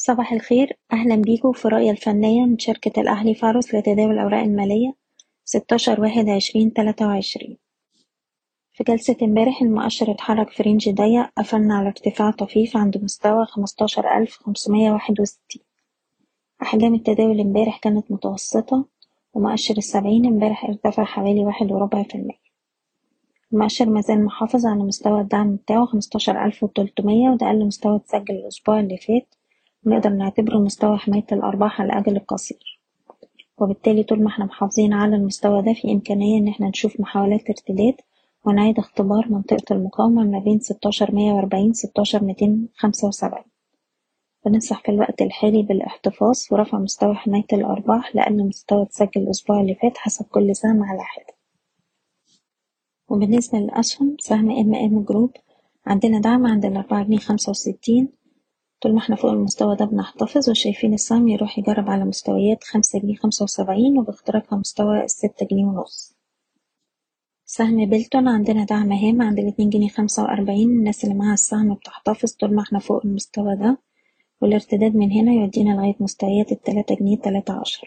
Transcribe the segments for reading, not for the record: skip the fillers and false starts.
صباح الخير، أهلا بيكم في الرؤية الفنية من شركة الأهلي فارس لتداول الأوراق المالية 16/1/2023. في جلسة امبارح المؤشر اتحرك في رينج ضيق، قفلنا على ارتفاع طفيف عند مستوى 15,561. أحجام التداول امبارح كانت متوسطة، ومؤشر ال70 امبارح ارتفع حوالي 1.25%. المؤشر مازال محافظ على مستوى الدعم بتاعه 15,300، وده أقل مستوى اتسجل الأسبوع اللي فات، ونقدر نعتبره مستوى حماية الأرباح على الأجل القصير. وبالتالي طول ما احنا محافظين على المستوى ده في إمكانية إن احنا نشوف محاولات ارتداد ونعيد اختبار منطقة المقاومة ما بين 16,140 16,275. بننصح في الوقت الحالي بالاحتفاظ ورفع مستوى حماية الأرباح لأقل مستوى اتسجل الأسبوع اللي فات حسب كل سهم على حدة. وبالنسبة للأسهم، سهم MM جروب عندنا دعم عند 4.65 جنيه. طول ما احنا فوق المستوى ده بنحتفظ وشايفين السهم يروح يجرب على مستويات 5.75 جنيه وباختراقها مستوى 6 جنيه ونص. سهم بيلتون عندنا دعم هام عند 2.45 جنيه. الناس اللي معاها السهم بتحتفظ طول ما احنا فوق المستوى ده، والارتداد من هنا يودينا لغاية مستويات 3 جنيه 3 عشر.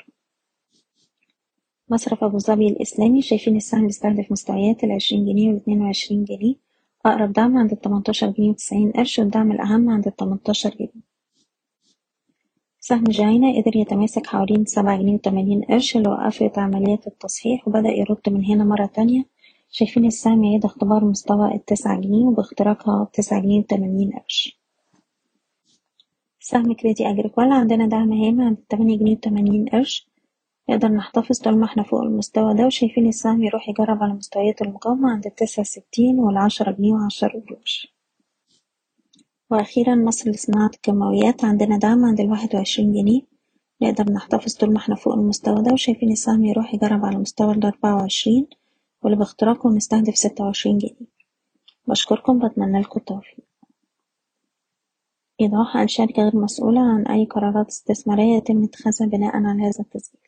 مصرف أبو ظبي الإسلامي شايفين السهم بيستهدف مستويات 20 جنيه و22 جنيه. أقرب دعم عند 18 جنيه و90 قرش، والدعم الأهم عند 18 جنيه. سهم جاينا قدر يتماسك حوالين 7 جنيه و80 قرش اللي وقفت عمليات التصحيح، وبدأ يرد من هنا مرة تانية. شايفين السهم يعيد اختبار مستوى 9 جنيه وباختراقها 9 جنيه و80 قرش. سهم كريدي أجريكولا عندنا دعم هام عند 8 جنيه و80 قرش. نقدر نحتفظ طول ما احنا فوق المستوى ده، وشايفين السهم يروح يجرب على مستويات المقاومة عند 9.60 وال10 جنيه و10 قروش. وأخيرا مصر لصناعة الكيماويات عندنا دعم عند 21 جنيه. نقدر نحتفظ طول ما احنا فوق المستوى ده، وشايفين السهم يروح يجرب على مستوى 24 واللي باختراقه نستهدف 26 جنيه. بشكركم، بتمنى لكم التوفيق. إيضاح: الشركة غير مسؤولة عن أي قرارات استثمارية يتم اتخاذها بناء على هذا التسجيل.